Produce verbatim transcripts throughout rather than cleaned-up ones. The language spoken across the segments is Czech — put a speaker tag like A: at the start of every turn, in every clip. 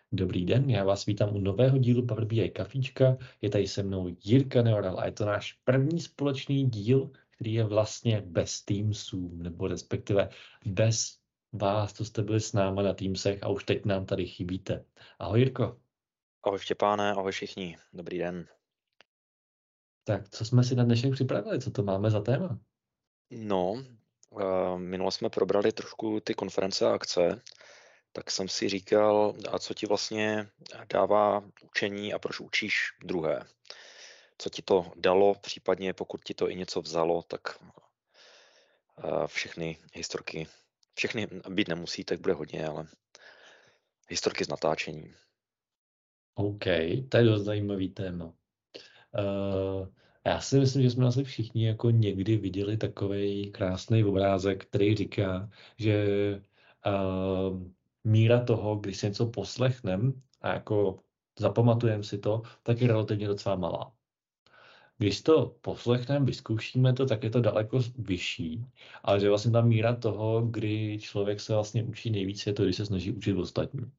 A: Dobrý den, já vás vítám u nového dílu Power B I Kafíčka. Je tady se mnou Jirka Neoral a je to náš první společný díl, který je vlastně bez Teamsů, nebo respektive bez vás, co jste byli s náma na Teamsech a už teď nám tady chybíte. Ahoj Jirko.
B: Ahoj Štěpáne, ahoj všichni, dobrý den.
A: Tak co jsme si na dnešek připravili, co to máme za téma?
B: No, uh, minule jsme probrali trošku ty konference a akce, tak jsem si říkal, a co ti vlastně dává učení a proč učíš druhé. Co ti to dalo, případně pokud ti to i něco vzalo, tak uh, všechny historky, všechny být nemusí, tak bude hodně, ale historky z natáčení.
A: OK, to je dost zajímavý téma. Uh, já si myslím, že jsme asi všichni jako někdy viděli takový krásný obrázek, který říká, že uh, míra toho, když si něco poslechneme a jako zapamatujeme si to, tak je relativně docela malá. Když to poslechneme, vyzkoušíme to, tak je to daleko vyšší, ale že vlastně ta míra toho, kdy člověk se vlastně učí nejvíc, je to, když se snaží učit ostatní.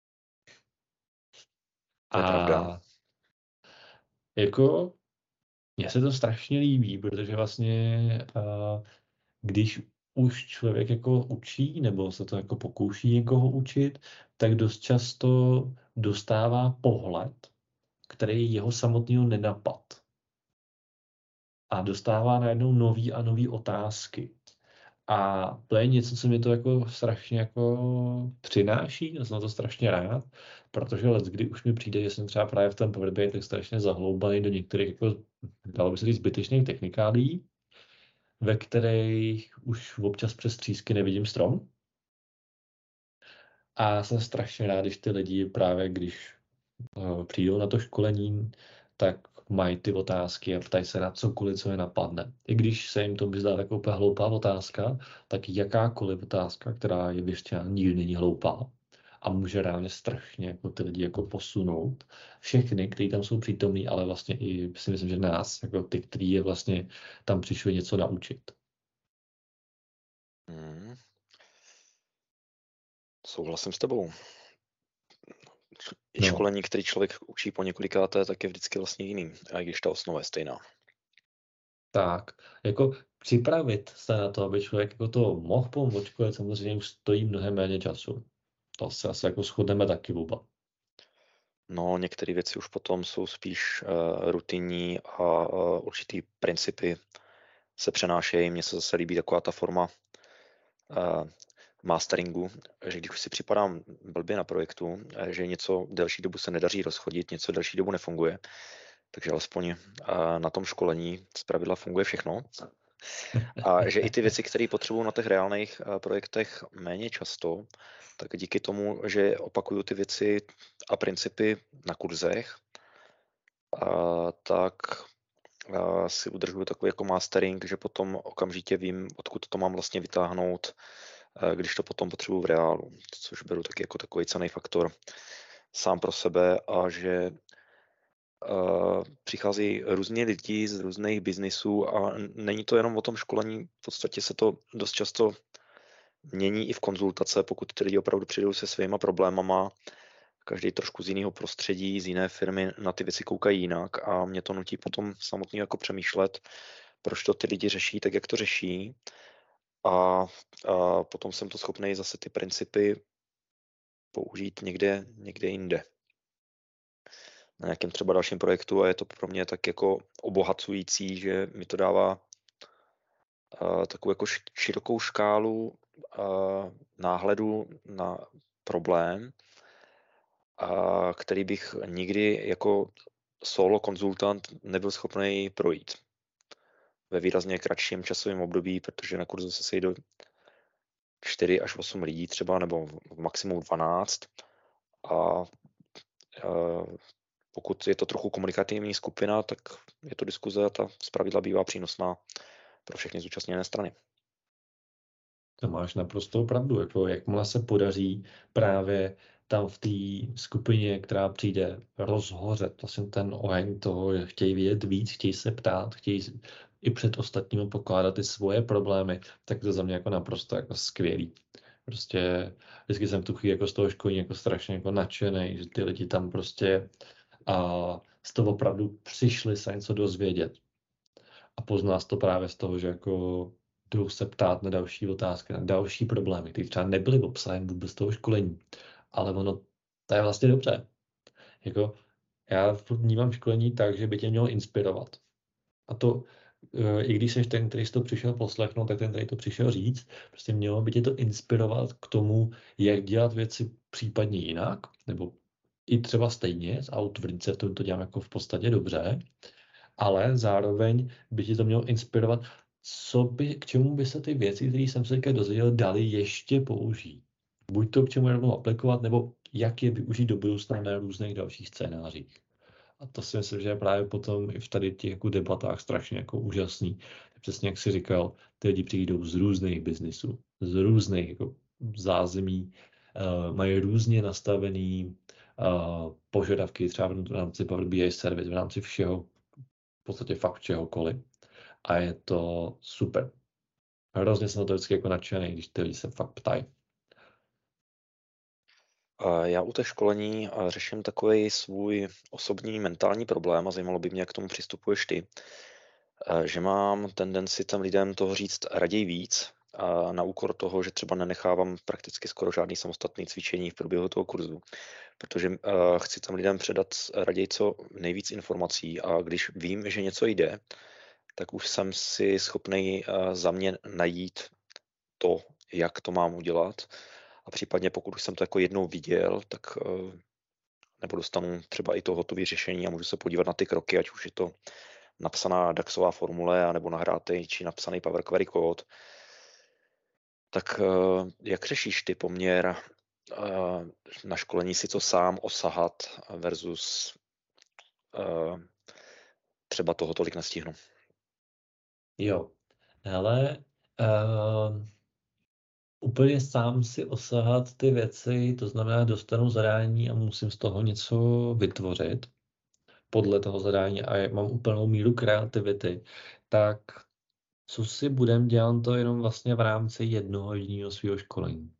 B: To je pravda.
A: Jako mně se to strašně líbí, protože vlastně uh, když už člověk jako učí nebo se to jako pokouší někoho učit, tak dost často dostává pohled, který jeho samotného nenapad. A dostává najednou nový a nový otázky. A to je něco, co mi to jako strašně jako přináší, já jsem na to strašně rád, protože let, kdy už mi přijde, že jsem třeba právě v tom Power B I tak strašně zahloubaný do některých, jako, dalo by se říct, zbytečných technikálí, ve kterých už občas přes třísky nevidím strom. A jsem strašně rád, když ty lidi právě, když uh, přijdou na to školení, tak mají ty otázky a ptají se na cokoliv, co je napadne. I když se jim to by zdá taková úplně hloupá otázka, tak jakákoliv otázka, která je vyřčená, nikdy není hloupá a může reálně strašně jako ty lidi jako posunout. Všechny, kteří tam jsou přítomní, ale vlastně i si myslím, že nás, jako ty, kteří je vlastně tam přišli něco naučit.
B: Hmm. Souhlasím s tebou. I
A: No.
B: školení, který člověk učí po několikáté, tak je vždycky vlastně jiný, a když ta osnova je stejná.
A: Tak, jako připravit se na to, aby člověk jako to mohl pomoct, ale samozřejmě už stojí mnohem méně času. To se asi jako shodneme taky oba.
B: No, některé věci už potom jsou spíš uh, rutinní a uh, určitý principy se přenášejí. Mně se zase líbí taková ta forma uh, masteringu, že když už si připadám blbě na projektu, že něco delší dobu se nedaří rozchodit, něco delší dobu nefunguje, takže alespoň uh, na tom školení zpravidla funguje všechno. A že i ty věci, které potřebuju na těch reálných uh, projektech méně často, tak díky tomu, že opakuju ty věci a principy na kurzech, uh, tak uh, si udržuju takový jako mastering, že potom okamžitě vím, odkud to mám vlastně vytáhnout, uh, když to potom potřebuju v reálu, což beru taky jako takový cenný faktor sám pro sebe a že Uh, přichází různí lidi z různých biznisů a není to jenom o tom školení, v podstatě se to dost často mění i v konzultace, pokud ty lidi opravdu přijdou se svýma problémama, každý trošku z jiného prostředí, z jiné firmy na ty věci koukají jinak a mě to nutí potom samotný jako přemýšlet, proč to ty lidi řeší tak, jak to řeší a, a potom jsem to schopný zase ty principy použít někde, někde jinde. Na nějakém třeba dalším projektu a je to pro mě tak jako obohacující, že mi to dává uh, takovou jako širokou škálu uh, náhledu na problém, uh, který bych nikdy jako solo konzultant nebyl schopný projít ve výrazně kratším časovém období, protože na kurzu se sejdou čtyři až osm lidí třeba, nebo v maximum dvanáct a uh, pokud je to trochu komunikativní skupina, tak je to diskuze a ta zpravidla bývá přínosná pro všechny zúčastněné strany.
A: To máš naprosto pravdu. Jako jakmile se podaří právě tam v té skupině, která přijde, rozhořet vlastně ten oheň toho, že chtějí vědět víc, chtějí se ptát, chtějí i před ostatními pokládat ty svoje problémy, tak to za mě jako naprosto jako skvělý. Prostě vždycky jsem tu chvíli jako z toho školení jako strašně jako nadšený, že ty lidi tam prostě a z toho opravdu přišli se něco dozvědět. A pozná to právě z toho, že jako jdou se ptát na další otázky, na další problémy, které třeba nebyly obsahem vůbec toho školení. Ale ono, to je vlastně dobře. Jako, já vnímám školení tak, že by tě mělo inspirovat. A to, i když jsi ten, který jsi to přišel poslechnout, tak ten, který to přišel říct, prostě mělo by tě to inspirovat k tomu, jak dělat věci případně jinak, nebo i třeba stejně, a utvrdit se v tom, to dělám jako v podstatě dobře, ale zároveň by ti to mělo inspirovat, co by, k čemu by se ty věci, které jsem se teďka dozvěděl, dali ještě použít. Buď to, k čemu je rovnou aplikovat, nebo jak je využít do budoucna na různých dalších scénářích. A to si myslím, že je právě potom i v tady těch jako debatách strašně jako úžasný. Přesně jak jsi říkal, ty lidi přijdou z různých biznisů, z různých jako zázemí, uh, mají různě nastavený uh, požadavky, třeba v rámci Power B I service, v rámci všeho, v podstatě fakt čehokoliv. A je to super. Hrozně jsem na to vždycky jako nadšený, když ty lidi se fakt ptají.
B: Já u těch školení řeším takový svůj osobní mentální problém a zajímalo by mě, jak k tomu přistupuješ ty. Že mám tendenci těm lidem toho říct raději víc a na úkor toho, že třeba nenechávám prakticky skoro žádný samostatný cvičení v průběhu toho kurzu, protože chci tam lidem předat raději co nejvíc informací a když vím, že něco jde, tak už jsem si schopný za mě najít to, jak to mám udělat. A případně pokud už jsem to jako jednou viděl, tak nebo dostanu třeba i to hotové řešení a můžu se podívat na ty kroky, ať už je to napsaná DAXová formule, nebo nahrátý či napsaný Power Query kód. Tak jak řešíš ty poměr na školení si to sám osahat versus třeba toho tolik nestihnu?
A: Jo, hele, uh... úplně sám si osahat ty věci, to znamená dostanu zadání a musím z toho něco vytvořit podle toho zadání a mám úplnou míru kreativity, tak co si budem dělat to jenom vlastně v rámci jednoho jediného svého školení.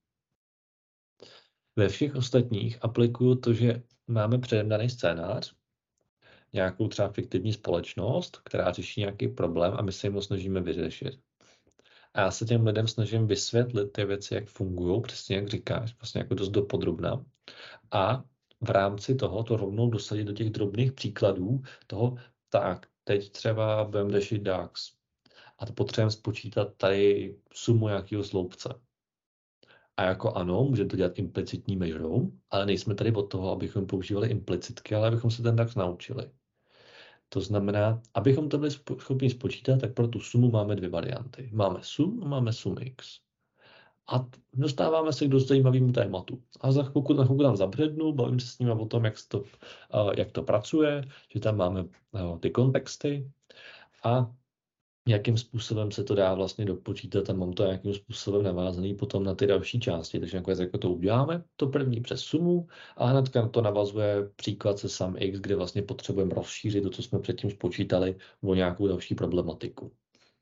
A: Ve všech ostatních aplikuju to, že máme předem daný scénář, nějakou třeba fiktivní společnost, která řeší nějaký problém a my se jim ho snažíme vyřešit. A já se těm lidem snažím vysvětlit ty věci, jak fungují, přesně jak říkáš, vlastně jako dost dopodrobna. A v rámci toho to rovnou dosadit do těch drobných příkladů toho, tak, teď třeba budeme řešit DAX a to potřebujeme spočítat tady sumu nějakého sloupce. A jako ano, můžeme to dělat implicitní mežrou, ale nejsme tady od toho, abychom používali implicitky, ale abychom se ten DAX naučili. To znamená, abychom to byli schopni spočítat, tak pro tu sumu máme dvě varianty. Máme sum a máme sumx. A dostáváme se k dost zajímavému tématu. A za chvilku, na chvilku tam zabřednu, bavím se s nimi o tom, jak to, jak to pracuje, že tam máme ty kontexty a jakým způsobem se to dá vlastně dopočítat a mám to nějakým způsobem navázaný potom na ty další části. Takže nakonec jako to uděláme, to první přes sumu a hnedka na to navazuje příklad se SumX, kde vlastně potřebujeme rozšířit to, co jsme předtím spočítali, o nějakou další problematiku.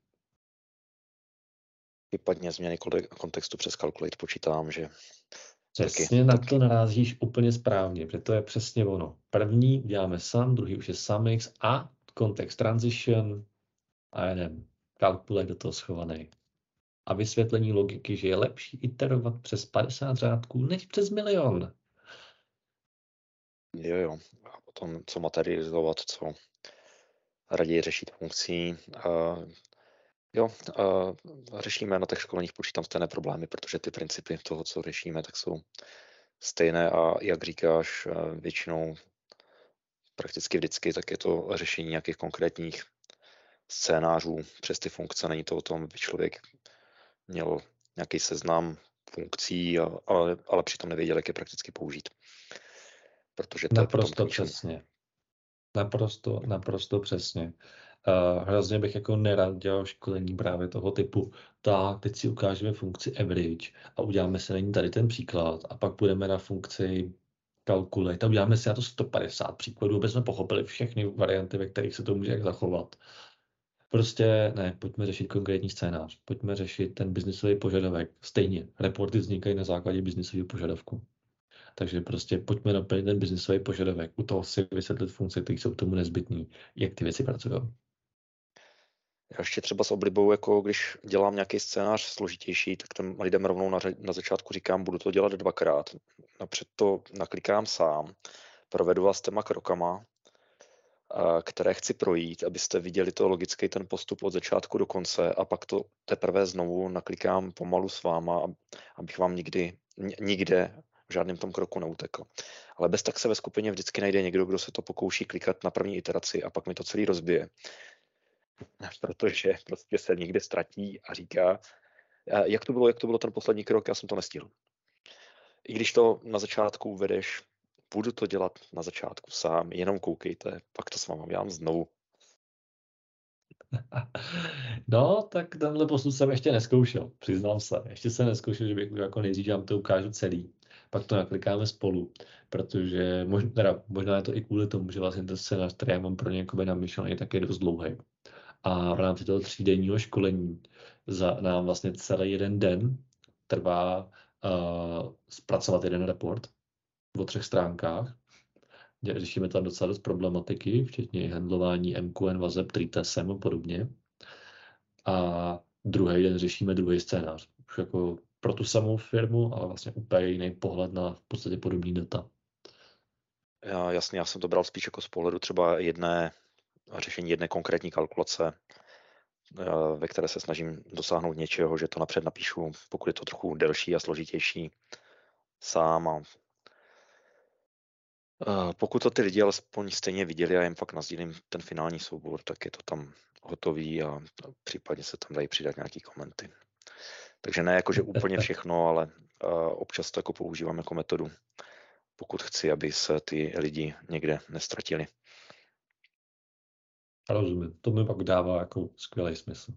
B: Případně změny kontextu přes Calculate počítám, že...
A: Přesně na to narazíš úplně správně, protože to je přesně ono. První uděláme sum, druhý už je SumX a context transition a jeden Calculate do toho schovaný. A vysvětlení logiky, že je lepší iterovat přes padesát řádků než přes milion.
B: Jo, jo. A potom, co materializovat, co raději řešit funkcí. Uh, jo, uh, řešíme na těch školeních, počítám stejné problémy, protože ty principy toho, co řešíme, tak jsou stejné a jak říkáš, uh, většinou prakticky vždycky, tak je to řešení nějakých konkrétních scénářů přes ty funkce. Není to o tom, aby člověk měl nějaký seznam funkcí, ale, ale přitom nevěděl, jak je prakticky použít. Protože to
A: naprosto
B: je
A: přesně. Naprosto, naprosto přesně. Uh, hrozně bych jako nerad dělal školení právě toho typu, tak teď si ukážeme funkci average a uděláme si na ní tady ten příklad a pak půjdeme na funkci calculate a uděláme si na to sto padesát příkladů, aby jsme pochopili všechny varianty, ve kterých se to může jak zachovat. Prostě ne, pojďme řešit konkrétní scénář. Pojďme řešit ten biznisový požadavek. Stejně, reporty vznikají na základě biznisového požadavku. Takže prostě pojďme naplnit ten biznisový požadavek. U toho si vysvětlit funkce, které jsou k tomu nezbytné, jak ty věci pracují.
B: Já ještě třeba s oblibou, jako když dělám nějaký scénář složitější, tak těm lidem rovnou na, na začátku říkám, budu to dělat dvakrát. Napřed to naklikám sám, provedu vás těma krokama, které chci projít, abyste viděli to logický ten postup od začátku do konce a pak to teprve znovu naklikám pomalu s váma, abych vám nikdy, nikde v žádném tom kroku neutekl. Ale bez tak se ve skupině vždycky najde někdo, kdo se to pokouší klikat na první iteraci a pak mi to celý rozbije. Protože prostě se někde ztratí a říká, jak to bylo, jak to bylo ten poslední krok, já jsem to nestihl. I když to na začátku uvedeš, budu to dělat na začátku sám, jenom koukejte, pak to s váma dělám znovu.
A: No, tak tenhle postup jsem ještě neskoušel, přiznám se. Ještě jsem neskoušel, že bych jako nejdřív vám to ukážu celý. Pak to naklikáme spolu, protože možná, teda, možná je to i kvůli tomu, že vlastně ten scénář, který já mám pro ně namyšlený, tak je dost dlouhý. A v rámci toho třídenního školení za nám vlastně celý jeden den trvá uh, zpracovat jeden report o třech stránkách. Řešíme tam docela dost problematiky, včetně handlování M Q N, vazeb, tritesem a podobně. A druhý den řešíme druhý scénář. Už jako pro tu samou firmu, ale vlastně úplně jiný pohled na v podstatě podobný data.
B: Já, jasně, já jsem to bral spíš jako z pohledu třeba jedné řešení jedné konkrétní kalkulace, ve které se snažím dosáhnout něčeho, že to napřed napíšu, pokud je to trochu delší a složitější sám. A pokud to ty lidi alespoň stejně viděli a jim fakt nazdílím ten finální soubor, tak je to tam hotový a případně se tam dají přidat nějaký komenty. Takže ne jakože úplně všechno, ale občas to jako používám jako metodu, pokud chci, aby se ty lidi někde nestratili.
A: Rozumím, to mi pak dává jako skvělý smysl.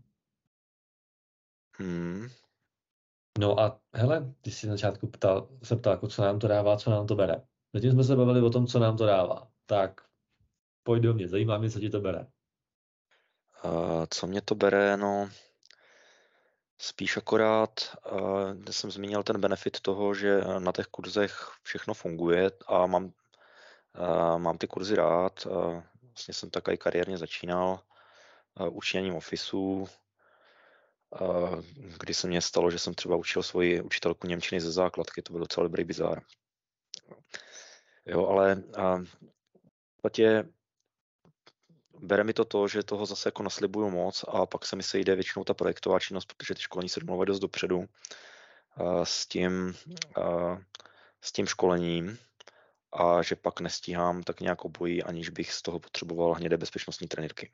B: Hmm.
A: No a hele, ty jsi na začátku ptal, se ptal, jako co nám to dává, co nám to bere. Zatím jsme se bavili o tom, co nám to dává. Tak pojď do mě, zajímá mě, co ti to bere.
B: Uh, co mě to bere, no spíš akorát, uh, kde jsem zmínil ten benefit toho, že na těch kurzech všechno funguje a mám, uh, mám ty kurzy rád. Uh, vlastně jsem tak i kariérně začínal uh, učením Officeu, uh, kdy se mně stalo, že jsem třeba učil svoji učitelku němčiny ze základky, to byl docela dobrý bizár. Jo, ale uh, v podstatě bere mi to to, že toho zase jako naslibuju moc a pak se mi sejde většinou ta projektová činnost, protože ty školení se domluvají dost dopředu uh, s tím, uh, s tím školením a že pak nestíhám tak nějak obojí, aniž bych z toho potřeboval hnědé bezpečnostní trenýrky.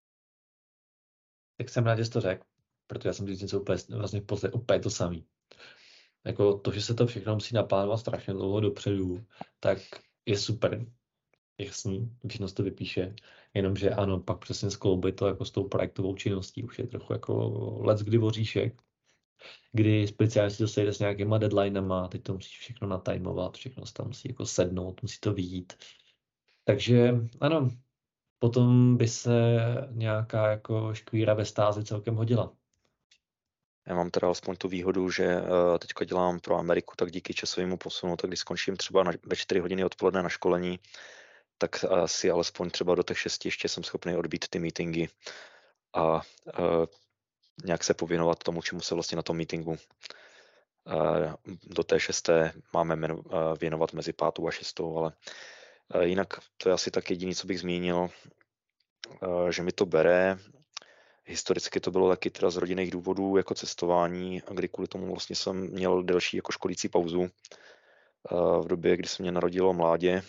A: Tak jsem rád, že jsi to řekl, protože já jsem říct něco úplně, vlastně v podstatě úplně to samý. Jako to, že se to všechno musí naplánovat strašně dlouho dopředu, tak je super. Jasný, všechno to vypíše, jenomže ano, pak přesně skloubit to jako s tou projektovou činností už je trochu jako let's kdy voříšek, kdy speciálně si to sejde s nějakýma deadlinema, teď to musíš všechno natajmovat, všechno se tam musí jako sednout, musí to vyjít. Takže ano, potom by se nějaká jako škvíra ve stázi celkem hodila.
B: Já mám teda aspoň tu výhodu, že teďka dělám pro Ameriku, tak díky časovému posunu, tak když skončím třeba na, ve čtyři hodiny odpoledne na školení, tak si alespoň třeba do těch šesti ještě jsem schopný odbít ty meetingy a, a nějak se pověnovat tomu, čemu se vlastně na tom meetingu do té šesté máme věnovat mezi pátou a šestou, ale jinak to je asi tak jediné, co bych zmínil, že mi to bere. Historicky to bylo taky teda z rodinných důvodů jako cestování, kdy kvůli tomu vlastně jsem měl delší jako školící pauzu v době, kdy se mě narodilo mládě.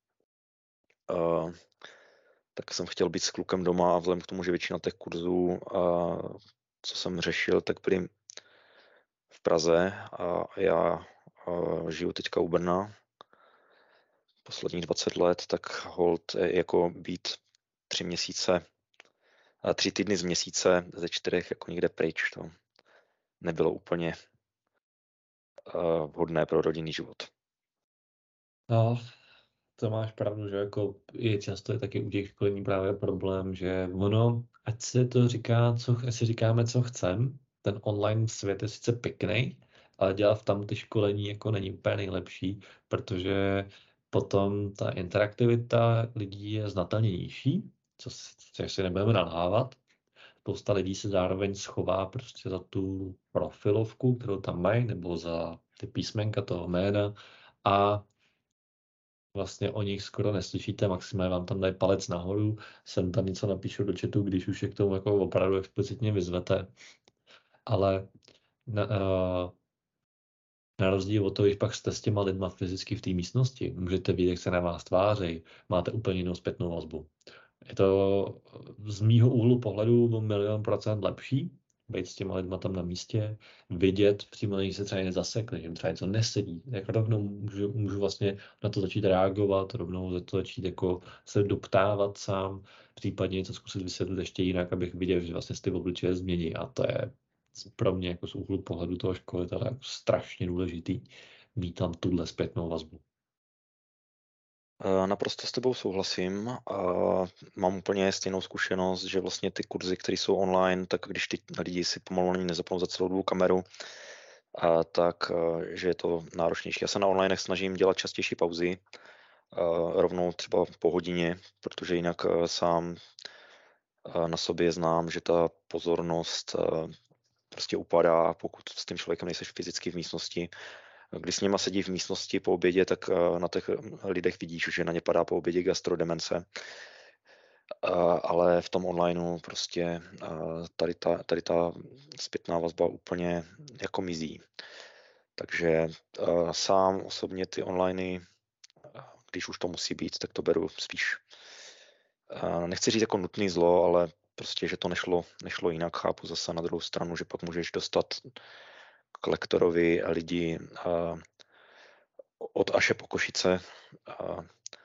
B: Tak jsem chtěl být s klukem doma a vzhledem k tomu, že většina těch kurzů, co jsem řešil, tak byly v Praze a já žiju teďka u Brna posledních dvacet let, tak hold jako být tři měsíce, tři týdny z měsíce ze čtyřech jako někde pryč, to nebylo úplně vhodné pro rodinný život.
A: No, to máš pravdu, že jako je často je taky u těch školení právě problém, že ono, ať se to říká, co, ať si říkáme, co chcem, ten online svět je sice pěkný, ale dělat tam ty školení jako není úplně nejlepší, protože potom ta interaktivita lidí je znatelně nižší, co si, co si nebudeme nalhávat. Spousta lidí se zároveň schová prostě za tu profilovku, kterou tam mají, nebo za ty písmenka toho jména a vlastně o nich skoro neslyšíte, maximálně vám tam dají palec nahoru, sem tam něco napíšu do chatu, když už je k tomu jako opravdu explicitně vyzvete. Ale na, uh, na rozdíl od toho, když pak jste s těma lidma fyzicky v té místnosti, můžete vidět, jak se na vás tváří, máte úplně jinou zpětnou vazbu. Je to z mýho úhlu pohledu o milion procent lepší, být s těma lidma tam na místě, vidět přímo, když se třeba nezasekli, že jim třeba něco nesedí, jak rovnou můžu, můžu vlastně na to začít reagovat, rovnou za to začít jako se doptávat sám, případně něco zkusit vysvětlit ještě jinak, abych viděl, že vlastně ty obličeje změní a to je pro mě jako z úhlu pohledu toho školitele jako strašně důležitý mít tam tuhle zpětnou vazbu.
B: Naprosto s tebou souhlasím. Mám úplně stejnou zkušenost, že vlastně ty kurzy, které jsou online, tak když ty lidi si pomalu ani nezapnou za celou dobu kameru, a tak, že je to náročnější. Já se na online snažím dělat častější pauzy, rovnou třeba po hodině, protože jinak sám na sobě znám, že ta pozornost prostě upadá, pokud s tím člověkem nejseš fyzicky v místnosti. Když s nima sedí v místnosti po obědě, tak na těch lidech vidíš, že na ně padá po obědě gastrodemence. Ale v tom onlineu prostě tady ta, tady ta zpětná vazba úplně jako mizí. Takže sám osobně ty onliney, když už to musí být, tak to beru spíš, nechci říct jako nutný zlo, ale prostě, že to nešlo, nešlo jinak. Chápu zase na druhou stranu, že pak můžeš dostat k lektorovi lidi od Aše po Košice a,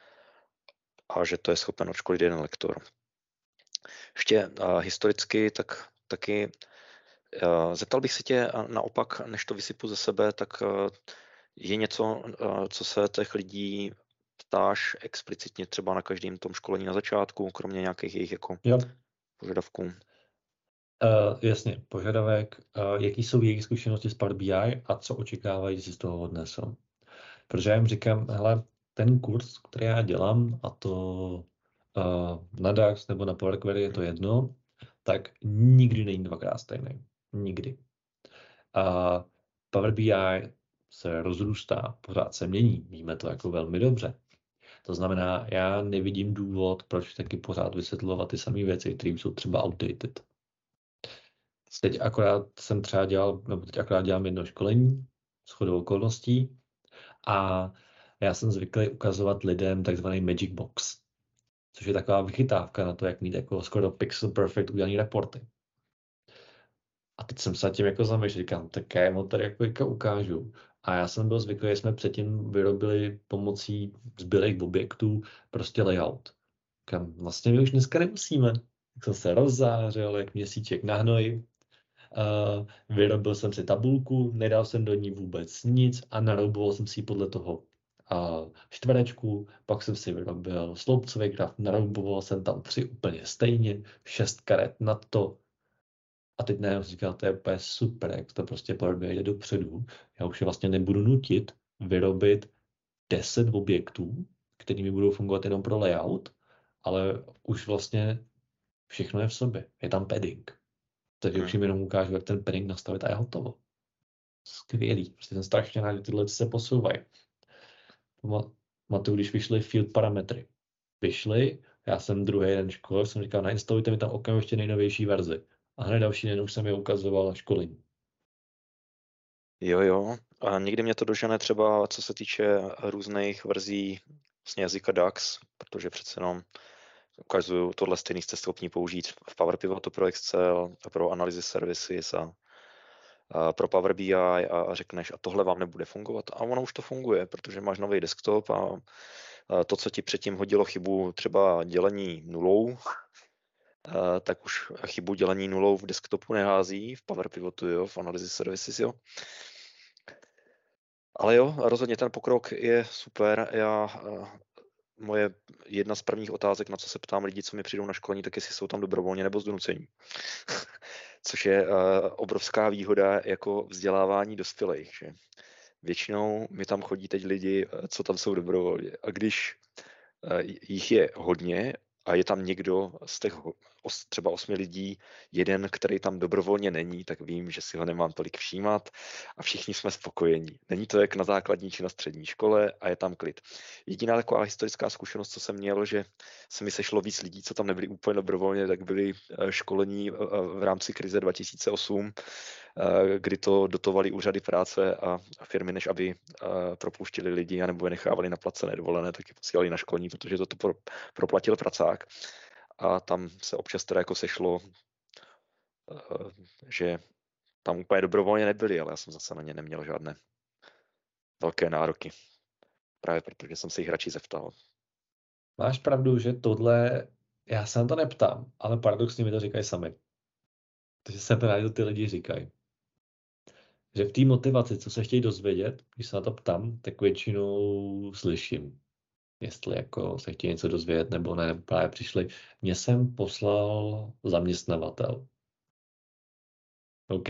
B: a že to je schopen odškolit jeden lektor. Ještě a, historicky, tak taky a, zeptal bych se tě a naopak, než to vysypu ze sebe, tak a, je něco, a, co se těch lidí ptáš explicitně třeba na každém tom školení na začátku, kromě nějakých jejich jako
A: jo.
B: požadavků?
A: Uh, jasně, požadavek, uh, jaký jsou jejich zkušenosti s Power B I a co očekávají, že si z toho odnesou. Protože já jim říkám, hele, ten kurz, který já dělám, a to uh, na DAX nebo na Power Query je to jedno, tak nikdy není dvakrát stejný. Nikdy. A Power B I se rozrůstá, pořád se mění, víme to jako velmi dobře. To znamená, já nevidím důvod, proč taky pořád vysvětlovat ty samé věci, které jsou třeba outdated. Teď akorát jsem třeba dělal, nebo teď akorát dělám jedno školení, shodou okolností, a já jsem zvyklý ukazovat lidem takzvaný Magic Box, což je taková vychytávka na to, jak mít jako skoro pixel perfect udělaný reporty. A teď jsem se tím jako zamýšlel, říkám, tak já mu tady jako, jako ukážu. A já jsem byl zvyklý, že jsme předtím vyrobili pomocí zbylých objektů prostě layout. Říkám, vlastně my už dneska nemusíme. Tak jsem se rozzářil, jak měsíček na hnoji. Uh, vyrobil jsem si tabulku, nedal jsem do ní vůbec nic a narouboval jsem si ji podle toho uh, čtverečku, pak jsem si vyrobil sloupcový graf, narouboval jsem tam tři úplně stejně, šest karet nad to a teď najednou říkal, to je úplně super, jak to prostě Power B I jde dopředu. Já už je vlastně nebudu nutit vyrobit deset objektů, kterými budou fungovat jenom pro layout, ale už vlastně všechno je v sobě. Je tam padding. Takže
B: Hmm.
A: už jim jenom ukážu, jak ten padding nastavit a je hotovo. Skvělý. Prostě jsem strašně rád, že tyhle se posouvají. Matu, když vyšly field parametry. Vyšly, já jsem druhý den škol, jsem říkal, nainstalujte mi tam okamžitě nejnovější verzi. A hned další den už jsem je ukazoval na školení.
B: Jo, jo. A někdy mě to dožene třeba, co se týče různých verzí vlastně jazyka DAX, protože přece jenom ukazuju, tohle stejný jste schopni použít v Power Pivotu pro Excel, pro analyzy services a, a pro Power B I a, a řekneš, a tohle vám nebude fungovat. A ono už to funguje, protože máš nový desktop a, a to, co ti předtím hodilo chybu třeba dělení nulou, a, tak už chybu dělení nulou v desktopu nehází, v Power Pivotu, jo, v analyzy services, jo. Ale jo, rozhodně ten pokrok je super. Já moje jedna z prvních otázek, na co se ptám lidí, co mi přijdou na školení, tak jestli jsou tam dobrovolně nebo z donucení. Což je uh, obrovská výhoda jako vzdělávání dospělých. Že? Většinou mi tam chodí teď lidi, co tam jsou dobrovolně. A když uh, jich je hodně a je tam někdo z těch os, třeba osmi lidí, jeden, který tam dobrovolně není, tak vím, že si ho nemám tolik všímat a všichni jsme spokojení. Není to jak na základní či na střední škole a je tam klid. Jediná taková historická zkušenost, co jsem měl, že se mi sešlo víc lidí, co tam nebyli úplně dobrovolně, tak byli školení v rámci krize dva tisíce osm, kdy to dotovali úřady práce a firmy, než aby propouštili lidi anebo je nechávali na placené dovolené, tak je posílali na školní, protože to pro, proplatil pracák. A tam se občas teda jako sešlo, že tam úplně dobrovolně nebyli, ale já jsem zase na ně neměl žádné velké nároky. Právě protože jsem se jich radši zeptal.
A: Máš pravdu, že tohle, já se na to neptám, ale paradoxně mi to říkají sami. Takže se právě ty lidi říkají. Že v té motivaci, co se chtějí dozvědět, když se na to ptám, tak většinou slyším, jestli jako se chtějí něco dozvědět nebo ne, nebo právě přišli. Mě jsem poslal zaměstnavatel. OK.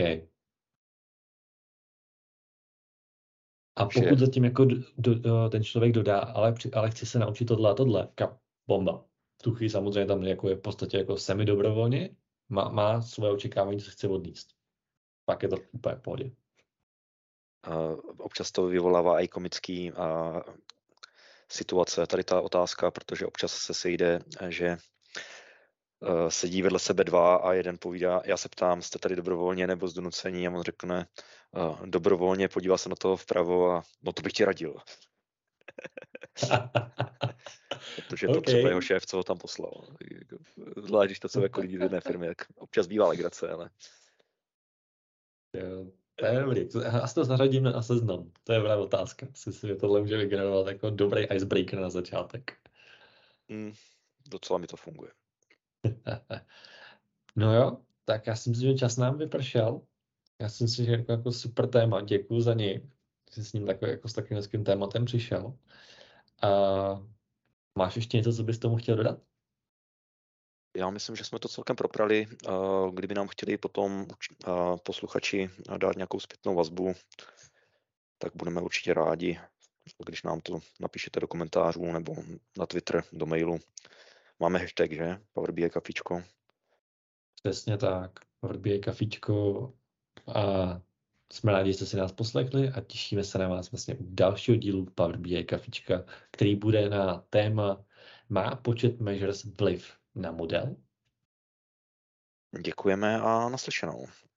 A: A pokud
B: Že...
A: zatím jako do, do, ten člověk dodá, ale, ale chci se naučit tohle a tohle, kap, bomba. V tu chvíli samozřejmě tam jako je v podstatě jako semi dobrovolně, má, má svoje očekávání, co chce odníst. Pak je to úplně v pohodě.
B: Uh, občas to vyvolává i komický uh, situace, tady ta otázka, protože občas se sejde, že uh, sedí vedle sebe dva a jeden povídá, já se ptám, jste tady dobrovolně nebo z donucení, a on řekne uh, dobrovolně, podívá se na toho vpravo a no to bych ti radil. Protože to
A: okay.
B: třeba jeho šéf, co ho tam poslal. Zvlášť, když to jsou jako lidi v jedné firmě, tak občas bývá legrace, ale...
A: Jo, to je dobrý. Asi to zařadím na seznam. To je právě otázka. Asi si tohle může vygenerovat jako dobrý icebreaker na začátek.
B: Mm, docela mi to funguje.
A: No jo, tak já si myslím, že čas nám vypršel. Já si myslím, že jako, jako super téma. Děkuju za něj. Jsi s ním takový, jako s takovým hezkým tématem přišel. A máš ještě něco, co bys tomu chtěl dodat?
B: Já myslím, že jsme to celkem proprali. Kdyby nám chtěli potom posluchači dát nějakou zpětnou vazbu, tak budeme určitě rádi, když nám to napíšete do komentářů nebo na Twitter, do mailu. Máme hashtag, že? Power B I kafičko.
A: Přesně tak. Power B I kafičko. A jsme rádi, že jste si nás poslechli a těšíme se na vás vlastně u dalšího dílu Power B I kafička, který bude na téma má počet measures vliv na model?
B: Děkujeme a naslyšenou.